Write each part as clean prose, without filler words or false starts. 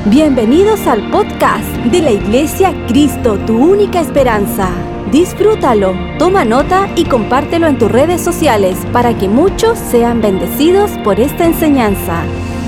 Bienvenidos al podcast de la Iglesia Cristo, tu única esperanza. Disfrútalo, toma nota y compártelo en tus redes sociales para que muchos sean bendecidos por esta enseñanza.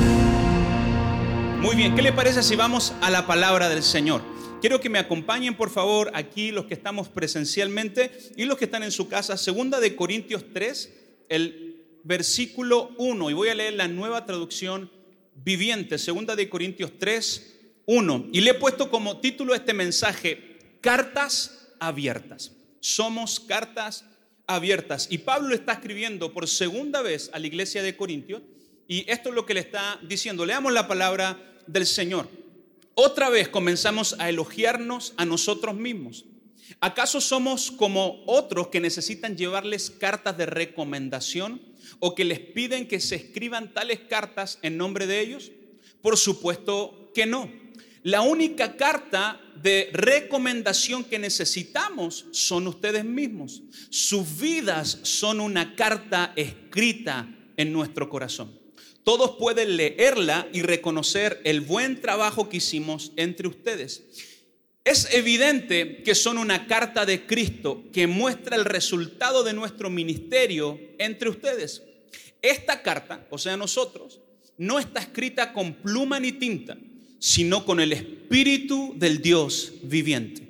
Muy bien, ¿qué le parece si vamos a la palabra del Señor? Quiero que me acompañen, por favor, aquí los que estamos presencialmente y los que están en su casa. Segunda de Corintios 3, el versículo 1. Y voy a leer la Nueva Traducción Viviente. Segunda de Corintios 3, 1. Y le he puesto como título a este mensaje, Cartas Abiertas. Somos cartas abiertas. Y Pablo está escribiendo por segunda vez a la iglesia de Corintios. Y esto es lo que le está diciendo. Leamos la palabra del Señor. Otra vez comenzamos a elogiarnos a nosotros mismos. ¿Acaso somos como otros que necesitan llevarles cartas de recomendación o que les piden que se escriban tales cartas en nombre de ellos? Por supuesto que no. La única carta de recomendación que necesitamos son ustedes mismos. Sus vidas son una carta escrita en nuestro corazón. Todos pueden leerla y reconocer el buen trabajo que hicimos entre ustedes. Es evidente que son una carta de Cristo que muestra el resultado de nuestro ministerio entre ustedes. Esta carta, o sea nosotros, no está escrita con pluma ni tinta, sino con el Espíritu del Dios viviente.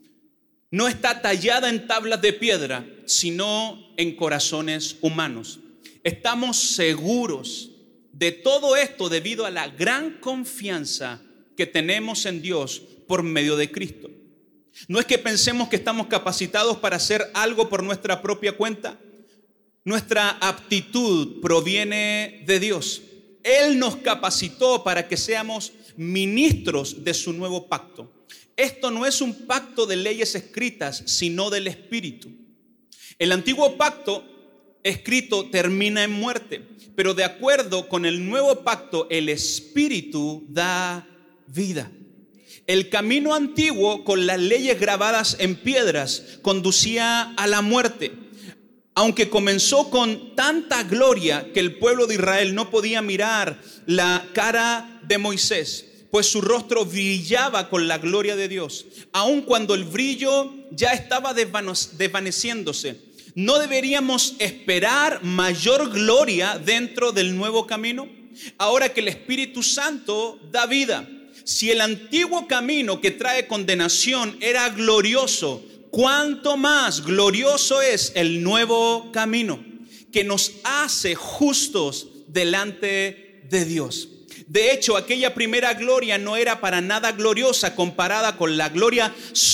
No está tallada en tablas de piedra, sino en corazones humanos. Estamos seguros de todo esto debido a la gran confianza que tenemos en Dios por medio de Cristo. No es que pensemos que estamos capacitados para hacer algo por nuestra propia cuenta. Nuestra aptitud proviene de Dios. Él nos capacitó para que seamos ministros de su nuevo pacto. Esto no es un pacto de leyes escritas, sino del Espíritu. El antiguo pacto escrito termina en muerte, pero de acuerdo con el nuevo pacto, el Espíritu da vida. El camino antiguo con las leyes grabadas en piedras conducía a la muerte. Aunque comenzó con tanta gloria que el pueblo de Israel no podía mirar la cara de Moisés, pues su rostro brillaba con la gloria de Dios. Aun cuando el brillo ya estaba desvaneciéndose, ¿no deberíamos esperar mayor gloria dentro del nuevo camino? Ahora que el Espíritu Santo da vida. Si el antiguo camino que trae condenación era glorioso, ¿cuánto más glorioso es el nuevo camino que nos hace justos delante de Dios? De hecho, aquella primera gloria no era para nada gloriosa comparada con la gloria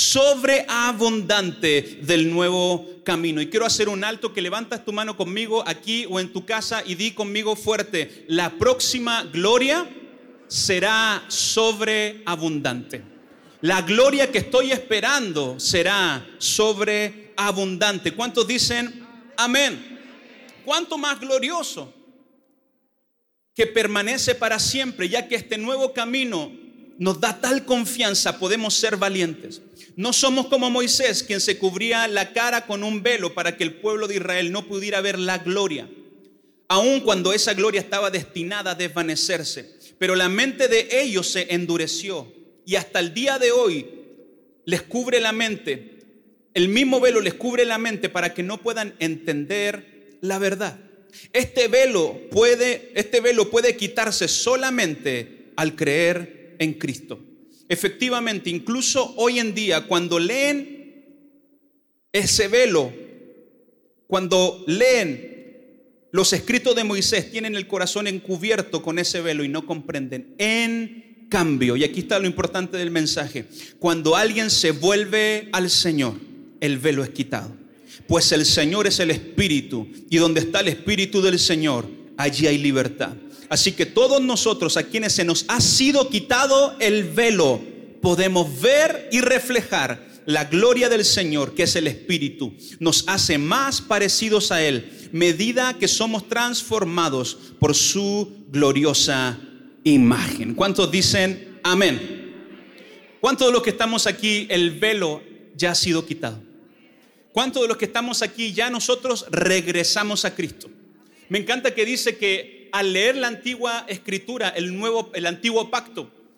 sobreabundante del nuevo camino. Y quiero hacer un alto, que levantas tu mano conmigo aquí o en tu casa y di conmigo fuerte: la próxima gloria será sobreabundante. La gloria que estoy esperando será sobreabundante. ¿Cuántos dicen amén? ¿Cuánto más glorioso? Que permanece para siempre, ya que este nuevo camino nos da tal confianza, podemos ser valientes. No somos como Moisés, quien se cubría la cara con un velo para que el pueblo de Israel no pudiera ver la gloria, aun cuando esa gloria estaba destinada a desvanecerse. Pero la mente de ellos se endureció y hasta el día de hoy les cubre la mente. El mismo velo les cubre la mente para que no puedan entender la verdad. Este velo puede quitarse solamente al creer en Cristo. Efectivamente, incluso hoy en día, cuando leen ese velo, cuando leen los escritos de Moisés, tienen el corazón encubierto con ese velo y no comprenden. En cambio, y aquí está lo importante del mensaje, cuando alguien se vuelve al Señor, el velo es quitado. Pues el Señor es el Espíritu, y donde está el Espíritu del Señor, allí hay libertad. Así que todos nosotros, a quienes se nos ha sido quitado el velo, podemos ver y reflejar la gloria del Señor, que es el Espíritu. Nos hace más parecidos a Él, medida que somos transformados por su gloriosa imagen. ¿Cuántos dicen amén? ¿Cuántos de los que estamos aquí, el velo ya ha sido quitado? ¿Cuántos de los que estamos aquí ya nosotros regresamos a Cristo? Me encanta que dice que al leer la antigua escritura, el antiguo pacto,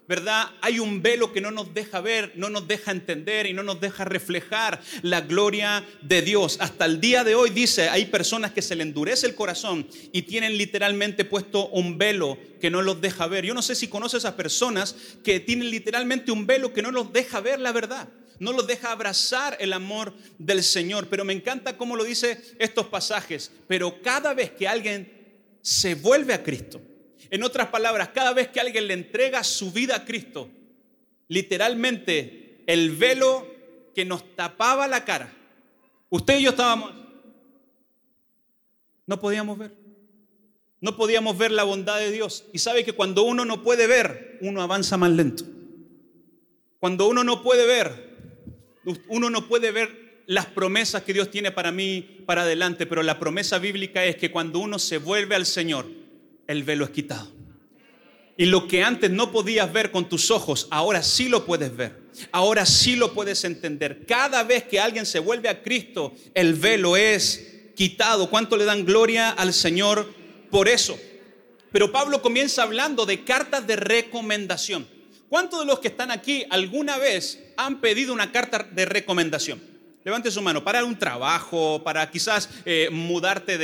¿verdad? Hay un velo que no nos deja ver, no nos deja entender y no nos deja reflejar la gloria de Dios. Hasta el día de hoy, dice, hay personas que se le endurece el corazón y tienen literalmente puesto un velo que no los deja ver. Yo no sé si conoces a esas personas que tienen literalmente un velo que no los deja ver la verdad, no los deja abrazar el amor del Señor. Pero me encanta cómo lo dice estos pasajes. Pero cada vez que alguien se vuelve a Cristo, en otras palabras, cada vez que alguien le entrega su vida a Cristo, literalmente el velo que nos tapaba la cara, usted y yo estábamos, no podíamos ver la bondad de Dios. Y sabe que cuando uno no puede ver, uno avanza más lento. Cuando uno no puede ver las promesas que Dios tiene para mí, para adelante. Pero la promesa bíblica es que cuando uno se vuelve al Señor, el velo es quitado. Y lo que antes no podías ver con tus ojos, ahora sí lo puedes ver. Ahora sí lo puedes entender. Cada vez que alguien se vuelve a Cristo, el velo es quitado. ¿Cuánto le dan gloria al Señor por eso? Pero Pablo comienza hablando de cartas de recomendación. ¿Cuántos de los que están aquí alguna vez han pedido una carta de recomendación? Levante su mano. Para un trabajo, para quizás mudarte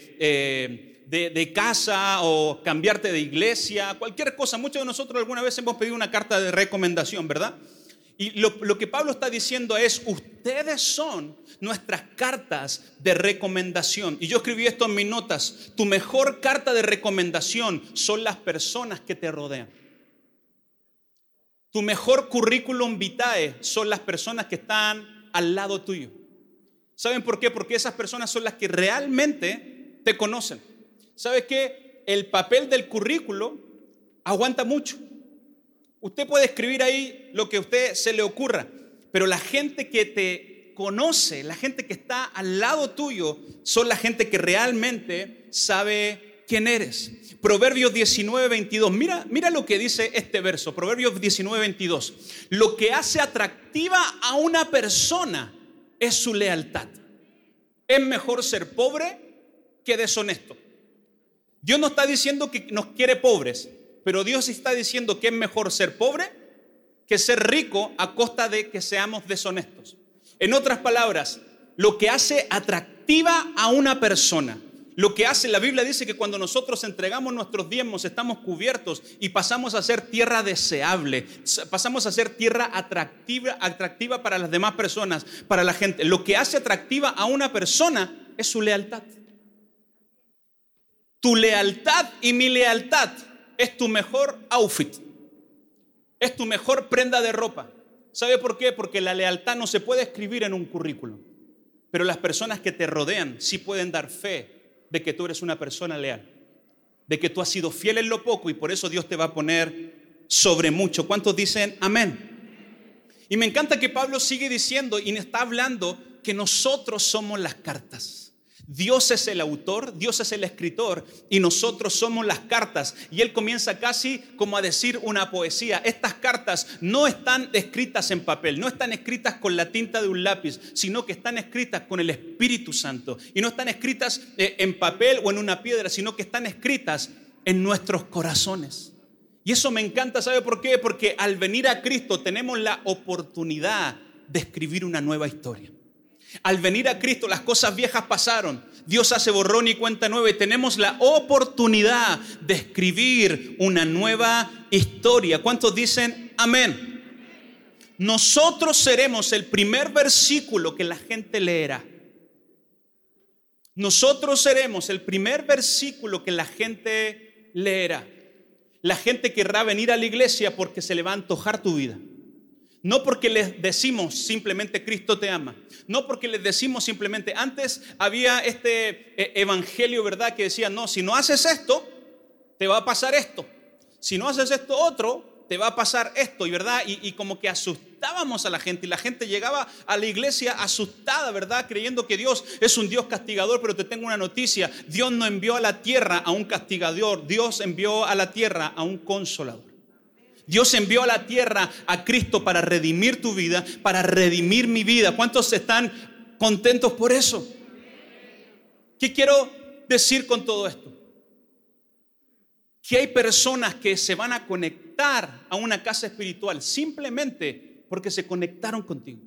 de casa o cambiarte de iglesia, cualquier cosa. Muchos de nosotros alguna vez hemos pedido una carta de recomendación, ¿verdad? Y lo que Pablo está diciendo es: ustedes son nuestras cartas de recomendación. Y yo escribí esto en mis notas: tu mejor carta de recomendación son las personas que te rodean. Tu mejor currículum vitae son las personas que están al lado tuyo. ¿Saben por qué? Porque esas personas son las que realmente te conocen. ¿Sabes qué? El papel del currículo aguanta mucho. Usted puede escribir ahí lo que a usted se le ocurra, pero la gente que te conoce, la gente que está al lado tuyo, son la gente que realmente sabe quién eres. Proverbios 19:22. Mira lo que dice este verso. Proverbios 19:22. Lo que hace atractiva a una persona es su lealtad. Es mejor ser pobre que deshonesto. Dios no está diciendo que nos quiere pobres, pero Dios está diciendo que es mejor ser pobre que ser rico a costa de que seamos deshonestos. En otras palabras, lo que hace atractiva a una persona, lo que hace, la Biblia dice que cuando nosotros entregamos nuestros diezmos estamos cubiertos y pasamos a ser tierra deseable, pasamos a ser tierra atractiva para las demás personas, para la gente. Lo que hace atractiva a una persona es su lealtad. Tu lealtad y mi lealtad es tu mejor outfit, es tu mejor prenda de ropa. ¿Sabe por qué? Porque la lealtad no se puede escribir en un currículum, pero las personas que te rodean sí pueden dar fe de que tú eres una persona leal, de que tú has sido fiel en lo poco y por eso Dios te va a poner sobre mucho. ¿Cuántos dicen amén? Y me encanta que Pablo sigue diciendo y está hablando que nosotros somos las cartas. Dios es el autor, Dios es el escritor y nosotros somos las cartas. Y él comienza casi como a decir una poesía. Estas cartas no están escritas en papel, no están escritas con la tinta de un lápiz, sino que están escritas con el Espíritu Santo. Y no están escritas en papel o en una piedra, sino que están escritas en nuestros corazones. Y eso me encanta, ¿sabe por qué? Porque al venir a Cristo tenemos la oportunidad de escribir una nueva historia. Al venir a Cristo las cosas viejas pasaron, Dios hace borrón y cuenta nueva y tenemos la oportunidad de escribir una nueva historia. ¿Cuántos dicen amén? Nosotros seremos el primer versículo que la gente leerá. Nosotros seremos el primer versículo que la gente leerá. La gente querrá venir a la iglesia porque se le va a antojar tu vida. No porque les decimos simplemente Cristo te ama. No porque les decimos simplemente, antes había este evangelio, ¿verdad? Que decía, no, si no haces esto, te va a pasar esto. Si no haces esto otro, te va a pasar esto. Y ¿verdad? Y como que asustábamos a la gente. Y la gente llegaba a la iglesia asustada, ¿verdad? Creyendo que Dios es un Dios castigador. Pero te tengo una noticia. Dios no envió a la tierra a un castigador. Dios envió a la tierra a un consolador. Dios envió a la tierra a Cristo para redimir tu vida, para redimir mi vida. ¿Cuántos están contentos por eso? ¿Qué quiero decir con todo esto? que hay personas que se van a conectar a una casa espiritual simplemente porque se conectaron contigo.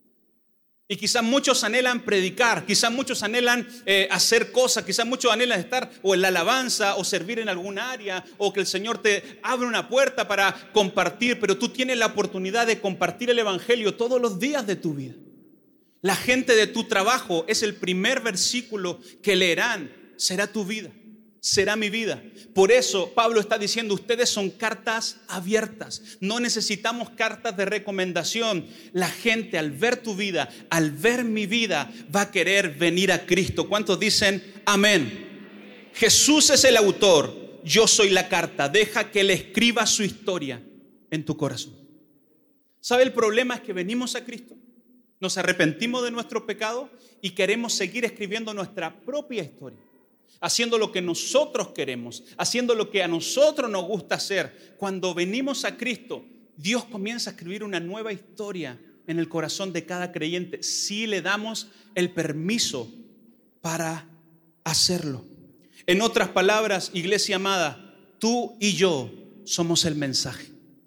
Y quizás muchos anhelan predicar, quizás muchos anhelan hacer cosas, quizás muchos anhelan estar o en la alabanza o servir en algún área, o que el Señor te abre una puerta para compartir, pero tú tienes la oportunidad de compartir el evangelio todos los días de tu vida. La gente de tu trabajo es el primer versículo que leerán, será tu vida. Será mi vida. Por eso Pablo está diciendo, ustedes son cartas abiertas. No necesitamos cartas de recomendación. La gente al ver tu vida, al ver mi vida, va a querer venir a Cristo. ¿Cuántos dicen amén? Jesús es el autor, yo soy la carta. Deja que Él escriba su historia en tu corazón. ¿Sabe el problema? Es que venimos a Cristo, nos arrepentimos de nuestro pecado y queremos seguir escribiendo nuestra propia historia, haciendo lo que nosotros queremos, haciendo lo que a nosotros nos gusta hacer. Cuando venimos a Cristo, Dios comienza a escribir una nueva historia en el corazón de cada creyente, si le damos el permiso para hacerlo. En otras palabras, iglesia amada, tú y yo somos el mensaje.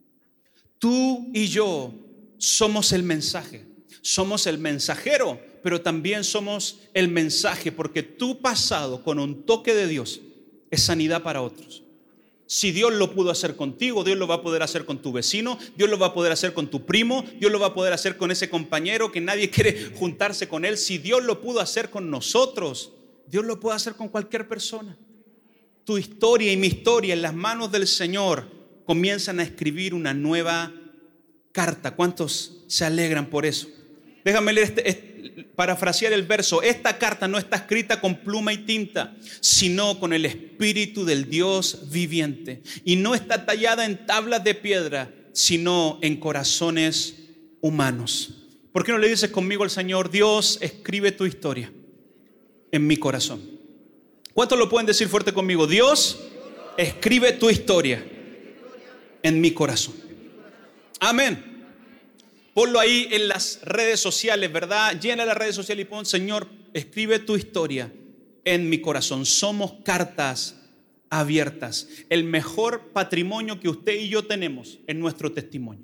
Tú y yo somos el mensaje. Somos el mensajero, pero también somos el mensaje, porque tu pasado con un toque de Dios es sanidad para otros. Si Dios lo pudo hacer contigo, Dios lo va a poder hacer con tu vecino, Dios lo va a poder hacer con tu primo, Dios lo va a poder hacer con ese compañero que nadie quiere juntarse con él. Si Dios lo pudo hacer con nosotros, Dios lo puede hacer con cualquier persona. Tu historia y mi historia en las manos del Señor comienzan a escribir una nueva carta. ¿Cuántos se alegran por eso? Déjame leer parafrasear el verso. Esta carta no está escrita con pluma y tinta, sino con el Espíritu del Dios viviente. Y no está tallada en tablas de piedra, sino en corazones humanos. ¿Por qué no le dices conmigo al Señor, Dios, escribe tu historia en mi corazón? ¿Cuántos lo pueden decir fuerte conmigo? Dios, escribe tu historia en mi corazón. Amén. Ponlo ahí en las redes sociales, ¿verdad? Llena las redes sociales y pon, Señor, escribe tu historia en mi corazón. Somos cartas abiertas. El mejor patrimonio que usted y yo tenemos es nuestro testimonio.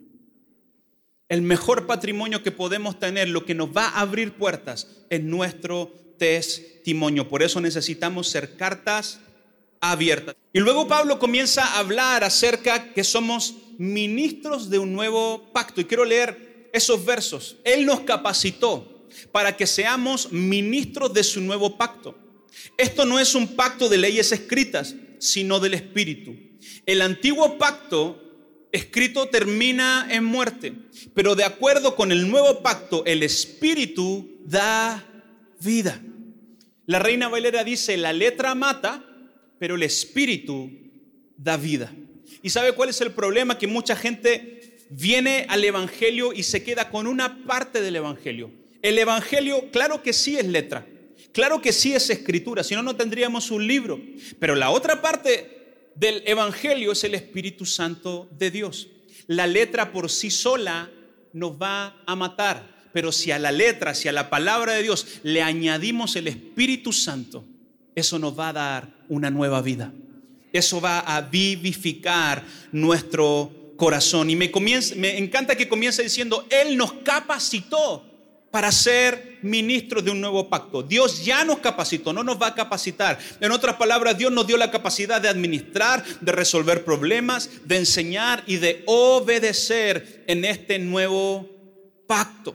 El mejor patrimonio que podemos tener, lo que nos va a abrir puertas, es nuestro testimonio. Por eso necesitamos ser cartas abiertas. Y luego Pablo comienza a hablar acerca que somos ministros de un nuevo pacto. Y quiero leer esos versos. Él nos capacitó para que seamos ministros de su nuevo pacto. Esto no es un pacto de leyes escritas, sino del Espíritu. El antiguo pacto escrito termina en muerte, pero de acuerdo con el nuevo pacto, el Espíritu da vida. La Reina Valera dice, la letra mata, pero el Espíritu da vida. ¿Y sabe cuál es el problema? Que mucha gente viene al Evangelio y se queda con una parte del Evangelio. El Evangelio, claro que sí es letra, claro que sí es escritura, si no, no tendríamos un libro. Pero la otra parte del Evangelio es el Espíritu Santo de Dios. La letra por sí sola nos va a matar, pero si a la letra, si a la palabra de Dios le añadimos el Espíritu Santo, eso nos va a dar una nueva vida. Eso va a vivificar nuestro corazón. Y me encanta que comience diciendo, Él nos capacitó para ser ministros de un nuevo pacto. Dios ya nos capacitó, no nos va a capacitar. En otras palabras, Dios nos dio la capacidad de administrar, de resolver problemas, de enseñar y de obedecer en este nuevo pacto.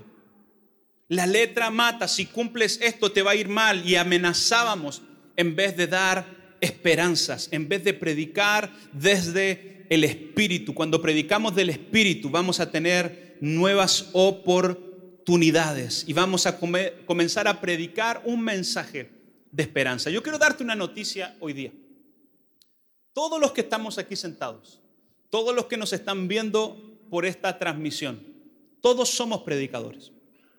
La letra mata, si cumples esto te va a ir mal. Y amenazábamos en vez de dar esperanzas, en vez de predicar desde el Espíritu. Cuando predicamos del Espíritu vamos a tener nuevas oportunidades y vamos a comenzar a predicar un mensaje de esperanza. Yo quiero darte una noticia hoy día. Todos los que estamos aquí sentados, todos los que nos están viendo por esta transmisión, todos somos predicadores.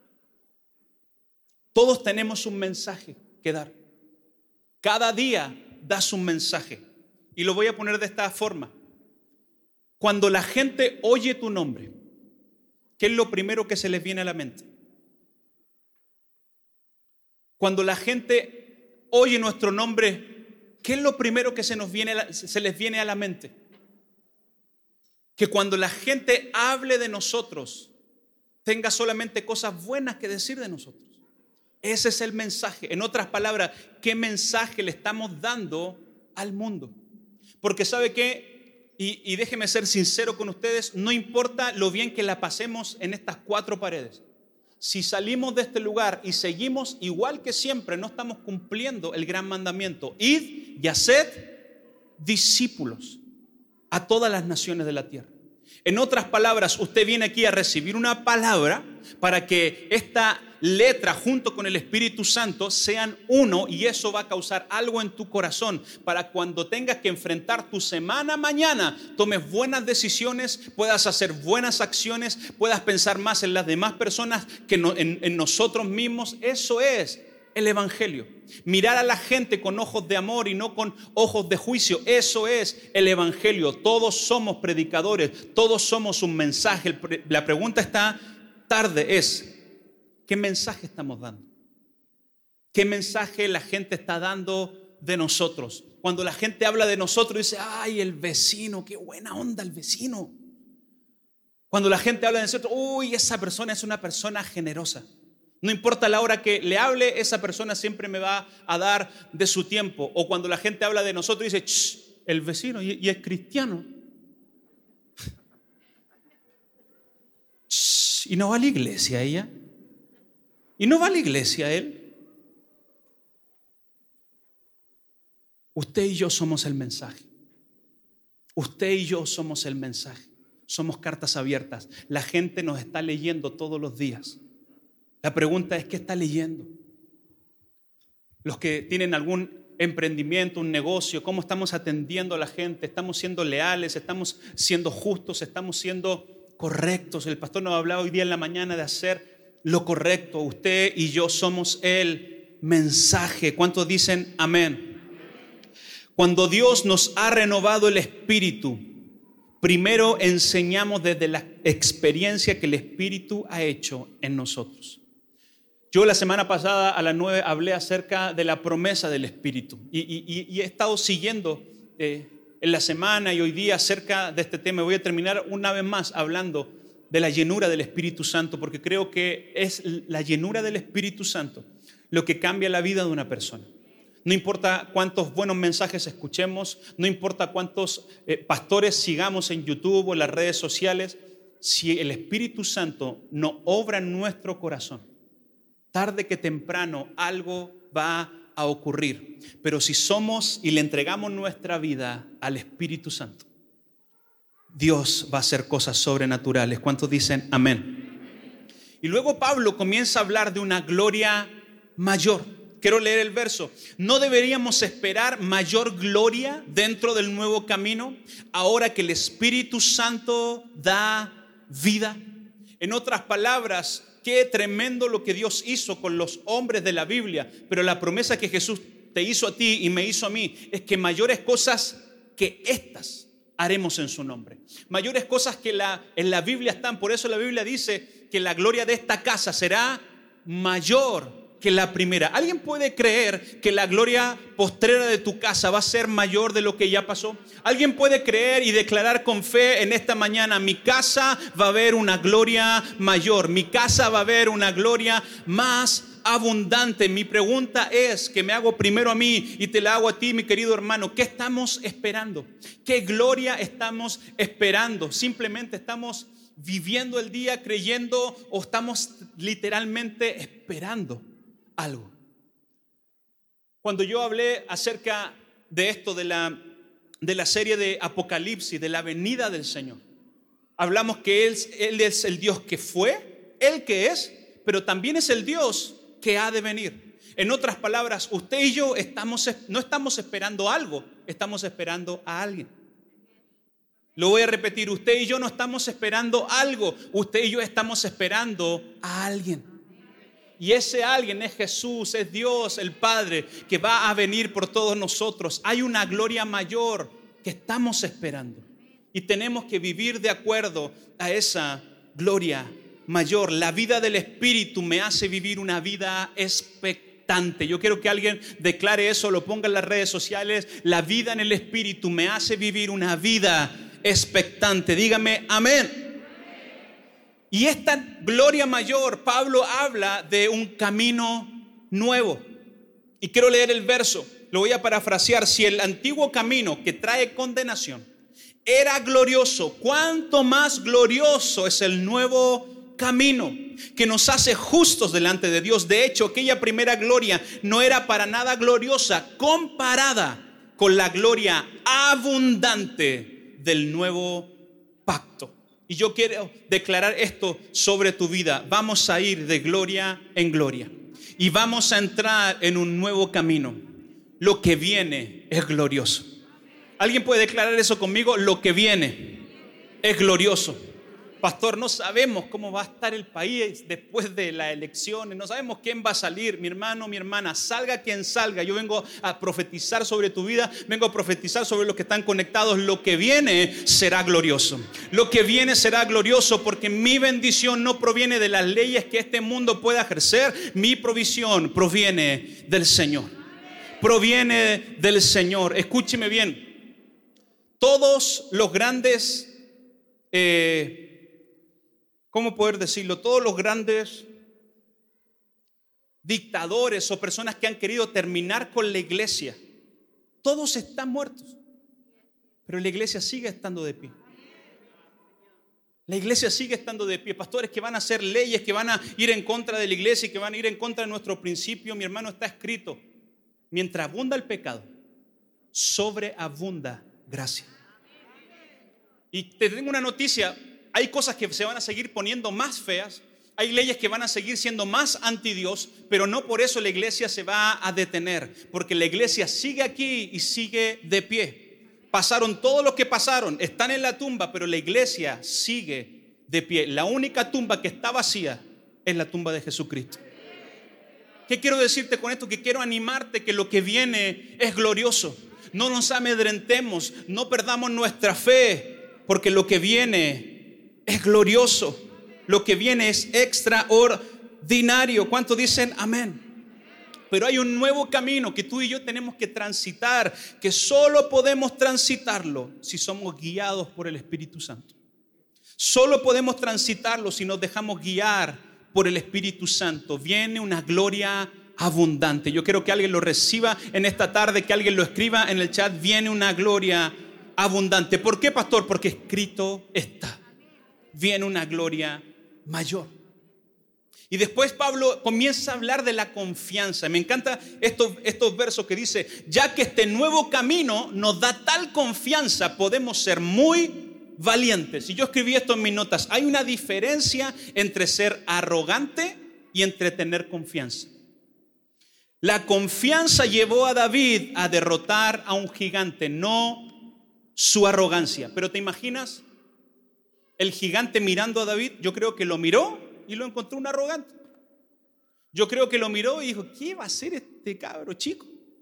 Todos tenemos un mensaje que dar. Cada día das un mensaje. Y lo voy a poner de esta forma. Cuando la gente oye tu nombre, ¿qué es lo primero que se les viene a la mente? Cuando la gente oye nuestro nombre, ¿qué es lo primero que se les viene a la mente? Que cuando la gente hable de nosotros, tenga solamente cosas buenas que decir de nosotros. Ese es el mensaje. En otras palabras, ¿qué mensaje le estamos dando al mundo? Porque ¿sabe qué? Y déjeme ser sincero con ustedes, no importa lo bien que la pasemos en estas 4 paredes. Si salimos de este lugar y seguimos igual que siempre, no estamos cumpliendo el gran mandamiento. Id y haced discípulos a todas las naciones de la tierra. En otras palabras, usted viene aquí a recibir una palabra para que esta letra junto con el Espíritu Santo sean uno, y eso va a causar algo en tu corazón para cuando tengas que enfrentar tu semana mañana, tomes buenas decisiones, puedas hacer buenas acciones, puedas pensar más en las demás personas que en nosotros mismos. Eso es el Evangelio. Mirar a la gente con ojos de amor y no con ojos de juicio. Eso es el Evangelio. Todos somos predicadores, todos somos un mensaje. La pregunta esta tarde es: ¿qué mensaje estamos dando? ¿Qué mensaje la gente está dando de nosotros? Cuando la gente habla de nosotros, dice: ay, el vecino, qué buena onda el vecino. Cuando la gente habla de nosotros, uy, esa persona es una persona generosa. No importa la hora que le hable, esa persona siempre me va a dar de su tiempo. O cuando la gente habla de nosotros, dice: el vecino, y es cristiano. Y no va a la iglesia ella. Y no va a la iglesia él. Usted y yo somos el mensaje. Usted y yo somos el mensaje. Somos cartas abiertas. La gente nos está leyendo todos los días. La pregunta es: ¿qué está leyendo? Los que tienen algún emprendimiento, un negocio, ¿cómo estamos atendiendo a la gente? ¿Estamos siendo leales? ¿Estamos siendo justos? ¿Estamos siendo correctos? El pastor nos hablaba hoy día en la mañana de hacer lo correcto. Usted y yo somos el mensaje. ¿Cuántos dicen amén? Cuando Dios nos ha renovado el espíritu, primero enseñamos desde la experiencia que el Espíritu ha hecho en nosotros. Yo la semana pasada a las 9 hablé acerca de la promesa del Espíritu y he estado siguiendo en la semana y hoy día acerca de este tema. Voy a terminar una vez más hablando de la llenura del Espíritu Santo, porque creo que es la llenura del Espíritu Santo lo que cambia la vida de una persona. No importa cuántos buenos mensajes escuchemos, no importa cuántos pastores sigamos en YouTube o en las redes sociales, si el Espíritu Santo no obra en nuestro corazón, tarde que temprano algo va a ocurrir. Pero si somos y le entregamos nuestra vida al Espíritu Santo, Dios va a hacer cosas sobrenaturales. ¿Cuántos dicen amén? Y luego Pablo comienza a hablar de una gloria mayor. Quiero leer el verso. ¿No deberíamos esperar mayor gloria dentro del nuevo camino ahora que el Espíritu Santo da vida? En otras palabras, qué tremendo lo que Dios hizo con los hombres de la Biblia, pero la promesa que Jesús te hizo a ti y me hizo a mí es que mayores cosas que estas haremos en su nombre. Mayores cosas que en la Biblia están. Por eso la Biblia dice que la gloria de esta casa será mayor que la primera. ¿Alguien puede creer que la gloria postrera de tu casa va a ser mayor de lo que ya pasó? ¿Alguien puede creer y declarar con fe en esta mañana: mi casa va a ver una gloria mayor, mi casa va a ver una gloria más abundante? Mi pregunta es, que me hago primero a mí y te la hago a ti, mi querido hermano: ¿qué estamos esperando? ¿Qué gloria estamos esperando? ¿Simplemente estamos viviendo el día creyendo o estamos literalmente esperando algo? Cuando yo hablé acerca de esto, de la serie de Apocalipsis, de la venida del Señor, hablamos que Él es el Dios que fue, el que es, pero también es el Dios que ha de venir. En otras palabras, usted y yo no estamos esperando algo, estamos esperando a alguien. Lo voy a repetir: usted y yo no estamos esperando algo, usted y yo estamos esperando a alguien. Y ese alguien es Jesús, es Dios, el Padre, que va a venir por todos nosotros. Hay una gloria mayor que estamos esperando y tenemos que vivir de acuerdo a esa gloria mayor. La vida del Espíritu me hace vivir una vida espectacular. expectante. Yo quiero que alguien declare eso, lo ponga en las redes sociales. La vida en el Espíritu me hace vivir una vida expectante. Dígame amén. Y esta gloria mayor, Pablo habla de un camino nuevo. Y quiero leer el verso, lo voy a parafrasear. Si el antiguo camino que trae condenación era glorioso, ¿cuánto más glorioso es el nuevo camino que nos hace justos delante de Dios? De hecho, aquella primera gloria no era para nada gloriosa comparada con la gloria abundante del nuevo pacto. Y yo quiero declarar esto sobre tu vida. Vamos a ir de gloria en gloria y vamos a entrar en un nuevo camino. Lo que viene es glorioso. ¿Alguien puede declarar eso conmigo? Lo que viene es glorioso. Pastor, no sabemos cómo va a estar el país después de las elecciones, no sabemos quién va a salir. Mi hermano, mi hermana, salga quien salga, yo vengo a profetizar sobre tu vida, vengo a profetizar sobre los que están conectados. Lo que viene será glorioso. Lo que viene será glorioso, porque mi bendición no proviene de las leyes que este mundo pueda ejercer. Mi provisión proviene del Señor. Proviene del Señor. Escúcheme bien. Todos los grandes ¿cómo poder decirlo? Todos los grandes dictadores o personas que han querido terminar con la iglesia, todos están muertos, pero la iglesia sigue estando de pie. La iglesia sigue estando de pie. Pastores que van a hacer leyes, que van a ir en contra de la iglesia y que van a ir en contra de nuestro principio. Mi hermano, está escrito: mientras abunda el pecado, sobreabunda gracia. Y te tengo una noticia. Hay cosas que se van a seguir poniendo más feas, hay leyes que van a seguir siendo más anti Dios, pero no por eso la iglesia se va a detener, porque la iglesia sigue aquí y sigue de pie. Pasaron todo lo que pasaron, están en la tumba, pero la iglesia sigue de pie. La única tumba que está vacía es la tumba de Jesucristo. ¿Qué quiero decirte con esto? Que quiero animarte que lo que viene es glorioso. No nos amedrentemos, no perdamos nuestra fe, porque lo que viene es glorioso. Lo que viene es extraordinario. ¿Cuántos dicen amén? Pero hay un nuevo camino que tú y yo tenemos que transitar, que solo podemos transitarlo si somos guiados por el Espíritu Santo. Solo podemos transitarlo si nos dejamos guiar por el Espíritu Santo. Viene una gloria abundante. Yo quiero que alguien lo reciba en esta tarde, que alguien lo escriba en el chat. Viene una gloria abundante. ¿Por qué, pastor? Porque escrito está. Viene una gloria mayor. Y después Pablo comienza a hablar de la confianza. Me encantan estos versos que dice: ya que este nuevo camino nos da tal confianza, podemos ser muy valientes. Y yo escribí esto en mis notas. Hay una diferencia entre ser arrogante y entre tener confianza. La confianza llevó a David a derrotar a un gigante, no su arrogancia. Pero ¿te imaginas el gigante mirando a David? Yo creo que lo miró y lo encontró un arrogante. Yo creo que lo miró y dijo: ¿qué va a hacer este cabro chico?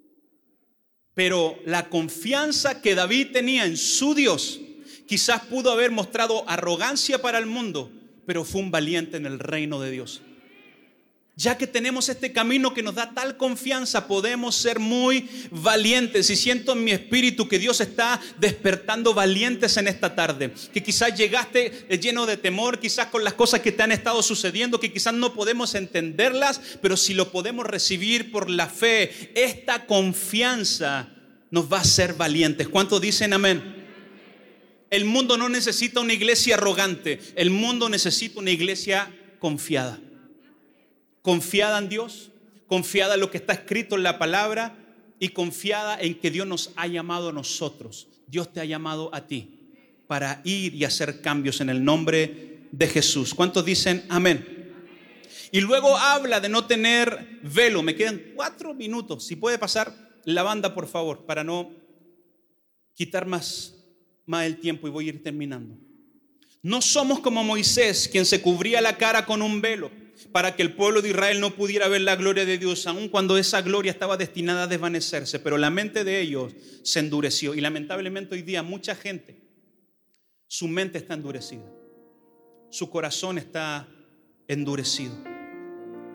Pero la confianza que David tenía en su Dios, quizás pudo haber mostrado arrogancia para el mundo, pero fue un valiente en el reino de Dios. Ya que tenemos este camino que nos da tal confianza, podemos ser muy valientes. Y siento en mi espíritu que Dios está despertando valientes en esta tarde. Que quizás llegaste lleno de temor, quizás con las cosas que te han estado sucediendo, que quizás no podemos entenderlas, pero si lo podemos recibir por la fe, esta confianza nos va a hacer valientes. ¿Cuántos dicen amén? El mundo no necesita una iglesia arrogante, el mundo necesita una iglesia confiada. Confiada en Dios, confiada en lo que está escrito en la palabra y confiada en que Dios nos ha llamado a nosotros. Dios te ha llamado a ti para ir y hacer cambios en el nombre de Jesús. ¿Cuántos dicen amén? Y luego habla de no tener velo. Me quedan 4 minutos. Si puede pasar la banda, por favor, para no quitar más el tiempo, y voy a ir terminando. No somos como Moisés, quien se cubría la cara con un velo para que el pueblo de Israel no pudiera ver la gloria de Dios, aun cuando esa gloria estaba destinada a desvanecerse. Pero la mente de ellos se endureció. Y lamentablemente hoy día mucha gente, su mente está endurecida, su corazón está endurecido.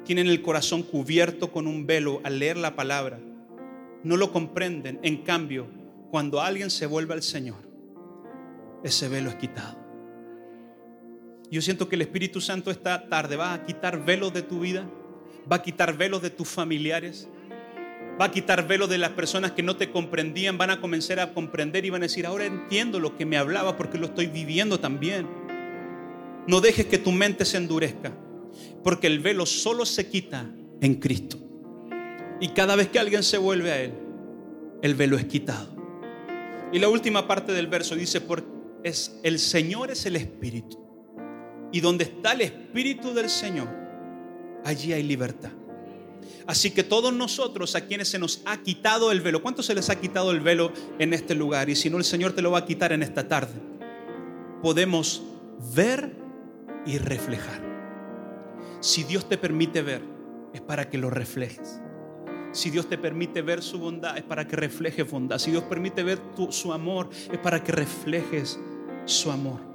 tienen el corazón cubierto con un velo al leer la palabra. No lo comprenden. En cambio, cuando alguien se vuelve al Señor, ese velo es quitado. Yo siento que el Espíritu Santo esta tarde va a quitar velos de tu vida, va a quitar velos de tus familiares, va a quitar velos de las personas que no te comprendían. Van a comenzar a comprender y van a decir: ahora entiendo lo que me hablaba porque lo estoy viviendo también. No dejes que tu mente se endurezca, porque el velo solo se quita en Cristo. Y cada vez que alguien se vuelve a Él, el velo es quitado. Y la última parte del verso dice: el Señor es el Espíritu, y donde está el Espíritu del Señor, allí hay libertad. Así que todos nosotros a quienes se nos ha quitado el velo, ¿cuántos se les ha quitado el velo en este lugar? Y si no, el Señor te lo va a quitar en esta tarde. Podemos ver y reflejar. Si Dios te permite ver, es para que lo reflejes. Si Dios te permite ver su bondad, es para que reflejes bondad. Si Dios permite ver su amor, es para que reflejes su amor.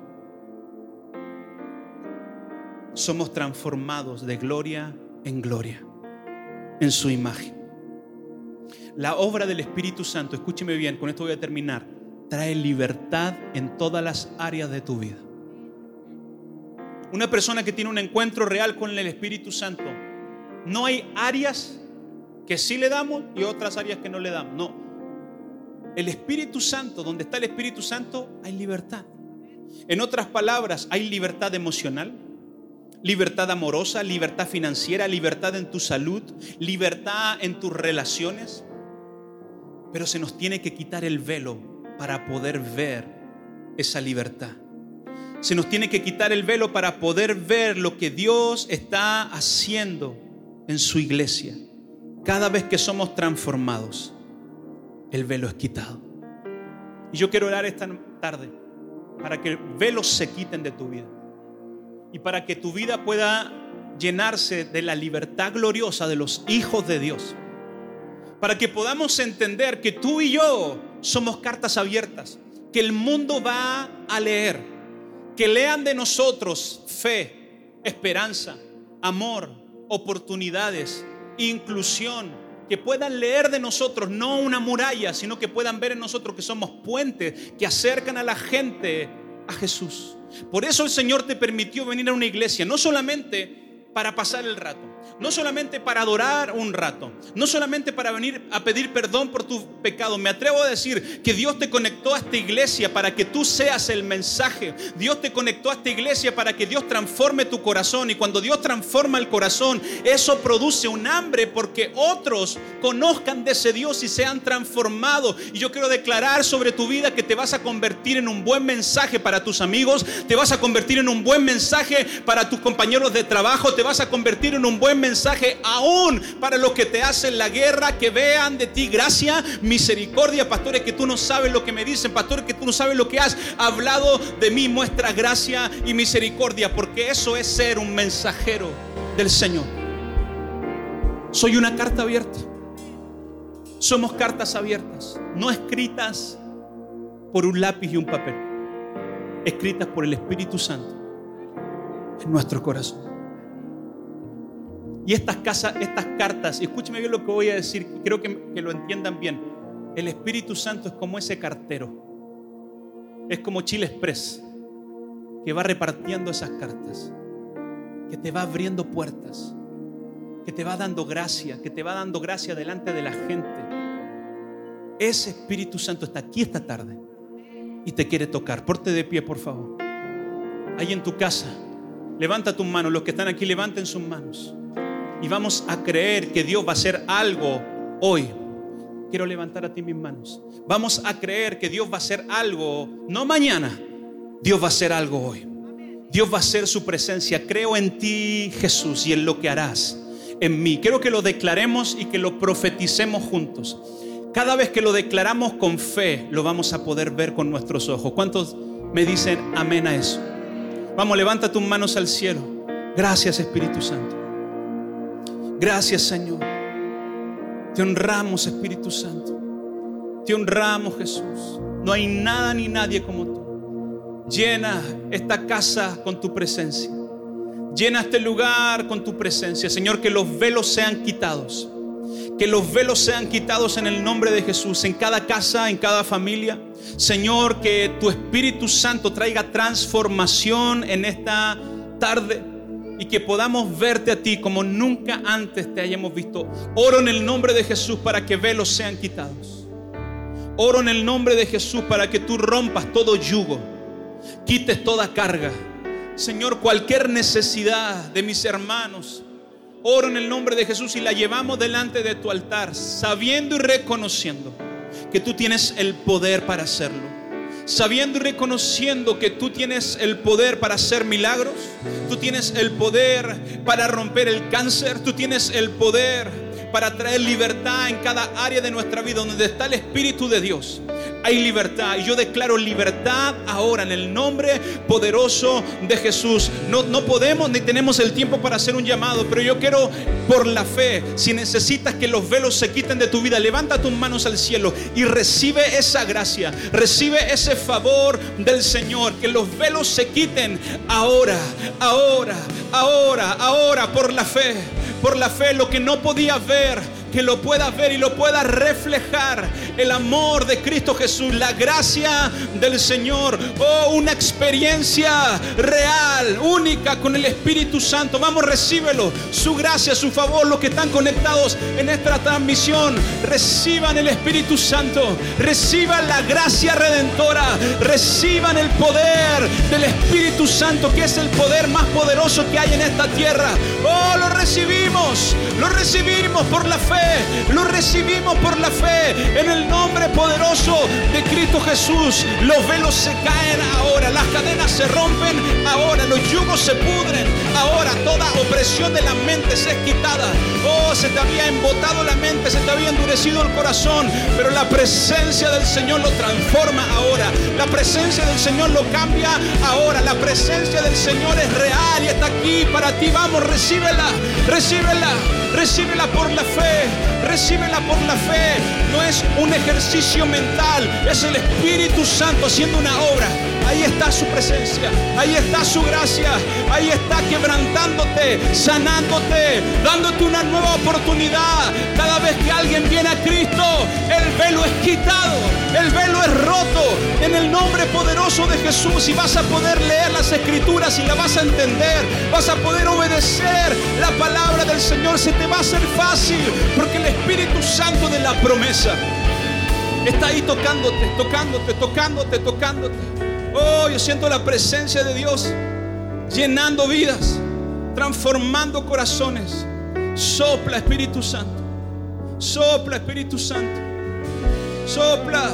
Somos transformados de gloria en gloria en su imagen. La obra del Espíritu Santo, escúcheme bien, con esto voy a terminar, trae libertad en todas las áreas de tu vida. Una persona que tiene un encuentro real con el Espíritu Santo, no hay áreas que sí le damos y otras áreas que no le damos. No, el Espíritu Santo, donde está el Espíritu Santo, hay libertad. En otras palabras, hay libertad emocional, libertad amorosa, libertad financiera, libertad en tu salud, libertad en tus relaciones. Pero se nos tiene que quitar el velo para poder ver esa libertad. Se nos tiene que quitar el velo para poder ver lo que Dios está haciendo en su iglesia. Cada vez que somos transformados, el velo es quitado. Y yo quiero orar esta tarde para que velos se quiten de tu vida y para que tu vida pueda llenarse de la libertad gloriosa de los hijos de Dios. Para que podamos entender que tú y yo somos cartas abiertas, que el mundo va a leer, que lean de nosotros fe, esperanza, amor, oportunidades, inclusión, que puedan leer de nosotros no una muralla, sino que puedan ver en nosotros que somos puentes que acercan a la gente a Jesús. Por eso el Señor te permitió venir a una iglesia, no solamente para pasar el rato, no solamente para adorar un rato, no solamente para venir a pedir perdón por tus pecados. Me atrevo a decir que Dios te conectó a esta iglesia para que tú seas el mensaje. Dios te conectó a esta iglesia para que Dios transforme tu corazón. Y cuando Dios transforma el corazón, eso produce un hambre porque otros conozcan de ese Dios y sean transformados. Y yo quiero declarar sobre tu vida que te vas a convertir en un buen mensaje para tus amigos, te vas a convertir en un buen mensaje para tus compañeros de trabajo, te vas a convertir en un buen mensaje aún para los que te hacen la guerra, que vean de ti gracia, misericordia. Pastores, que tú no sabes lo que me dicen, pastores, que tú no sabes lo que has hablado de mí, muestra gracia y misericordia, porque eso es ser un mensajero del Señor. Soy una carta abierta. Somos cartas abiertas, no escritas por un lápiz y un papel, escritas por el Espíritu Santo en nuestro corazón. Y estas cartas, escúcheme bien lo que voy a decir, creo que lo entiendan bien. El Espíritu Santo es como ese cartero, es como Chile Express, que va repartiendo esas cartas, que te va abriendo puertas, que te va dando gracia, delante de la gente. Ese Espíritu Santo está aquí esta tarde y te quiere tocar. Ponte de pie, por favor. Ahí en tu casa, levanta tus manos. Los que están aquí, levanten sus manos. Y vamos a creer que Dios va a hacer algo hoy. Quiero levantar a ti mis manos. Vamos a creer que Dios va a hacer algo, no mañana. Dios va a hacer algo hoy. Dios va a hacer su presencia. Creo en ti, Jesús, y en lo que harás en mí. Quiero que lo declaremos y que lo profeticemos juntos. Cada vez que lo declaramos con fe, lo vamos a poder ver con nuestros ojos. ¿Cuántos me dicen amén a eso? Vamos, levanta tus manos al cielo. Gracias, Espíritu Santo. Gracias, Señor. Te honramos, Espíritu Santo. Te honramos, Jesús. No hay nada ni nadie como tú. Llena esta casa con tu presencia. Llena este lugar con tu presencia, Señor, que los velos sean quitados. Que los velos sean quitados en el nombre de Jesús, en cada casa, en cada familia. Señor, que tu Espíritu Santo traiga transformación en esta tarde y que podamos verte a ti como nunca antes te hayamos visto. Oro en el nombre de Jesús para que velos sean quitados. Oro en el nombre de Jesús para que tú rompas todo yugo, quites toda carga. Señor, cualquier necesidad de mis hermanos, oro en el nombre de Jesús y la llevamos delante de tu altar, sabiendo y reconociendo que tú tienes el poder para hacerlo. Sabiendo y reconociendo que tú tienes el poder para hacer milagros. Tú tienes el poder para romper el cáncer. Tú tienes el poder para traer libertad en cada área de nuestra vida. Donde está el Espíritu de Dios, hay libertad. Y yo declaro libertad ahora en el nombre poderoso de Jesús. No podemos ni tenemos el tiempo para hacer un llamado, pero yo quiero, por la fe, si necesitas que los velos se quiten de tu vida, levanta tus manos al cielo y recibe esa gracia, recibe ese favor del Señor. Que los velos se quiten ahora, por la fe. Por la fe, lo que no podías ver, que lo puedas ver y lo puedas reflejar. El amor de Cristo Jesús, la gracia del Señor. Oh, una experiencia real, única con el Espíritu Santo. Vamos, recíbelo, su gracia, su favor. Los que están conectados en esta transmisión, reciban el Espíritu Santo, reciban la gracia redentora, reciban el poder del Espíritu Santo, que es el poder más poderoso que hay en esta tierra. Oh, lo recibimos por la fe. Lo recibimos por la fe en el nombre poderoso de Cristo Jesús. Los velos se caen ahora, las cadenas se rompen ahora, los yugos se pudren ahora, toda opresión de la mente se es quitada. Oh, se te había embotado la mente, se te había endurecido el corazón, pero la presencia del Señor lo transforma ahora. La presencia del Señor lo cambia ahora. La presencia del Señor es real y está aquí para ti. Vamos, recíbela por la fe. Recíbela por la fe. No es un ejercicio mental, es el Espíritu Santo haciendo una obra. Ahí está su presencia, ahí está su gracia, ahí está quebrantándote, sanándote, dándote una nueva oportunidad. Cada vez que alguien viene a Cristo, el velo es quitado, el velo es roto en el nombre poderoso de Jesús. Y vas a poder leer las Escrituras y la vas a entender, vas a poder obedecer la palabra del Señor. Se te va a hacer fácil porque el Espíritu Santo de la promesa está ahí tocándote. Oh, yo siento la presencia de Dios llenando vidas, transformando corazones. Sopla, Espíritu Santo. Sopla, Espíritu Santo. Sopla.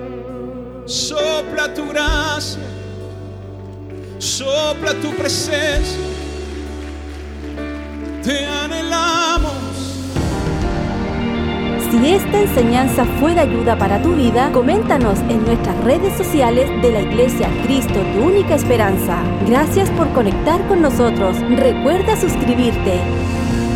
Sopla tu gracia. Sopla tu presencia. Te anhelamos. Si esta enseñanza fue de ayuda para tu vida, coméntanos en nuestras redes sociales de la Iglesia Cristo, tu única esperanza. Gracias por conectar con nosotros. Recuerda suscribirte.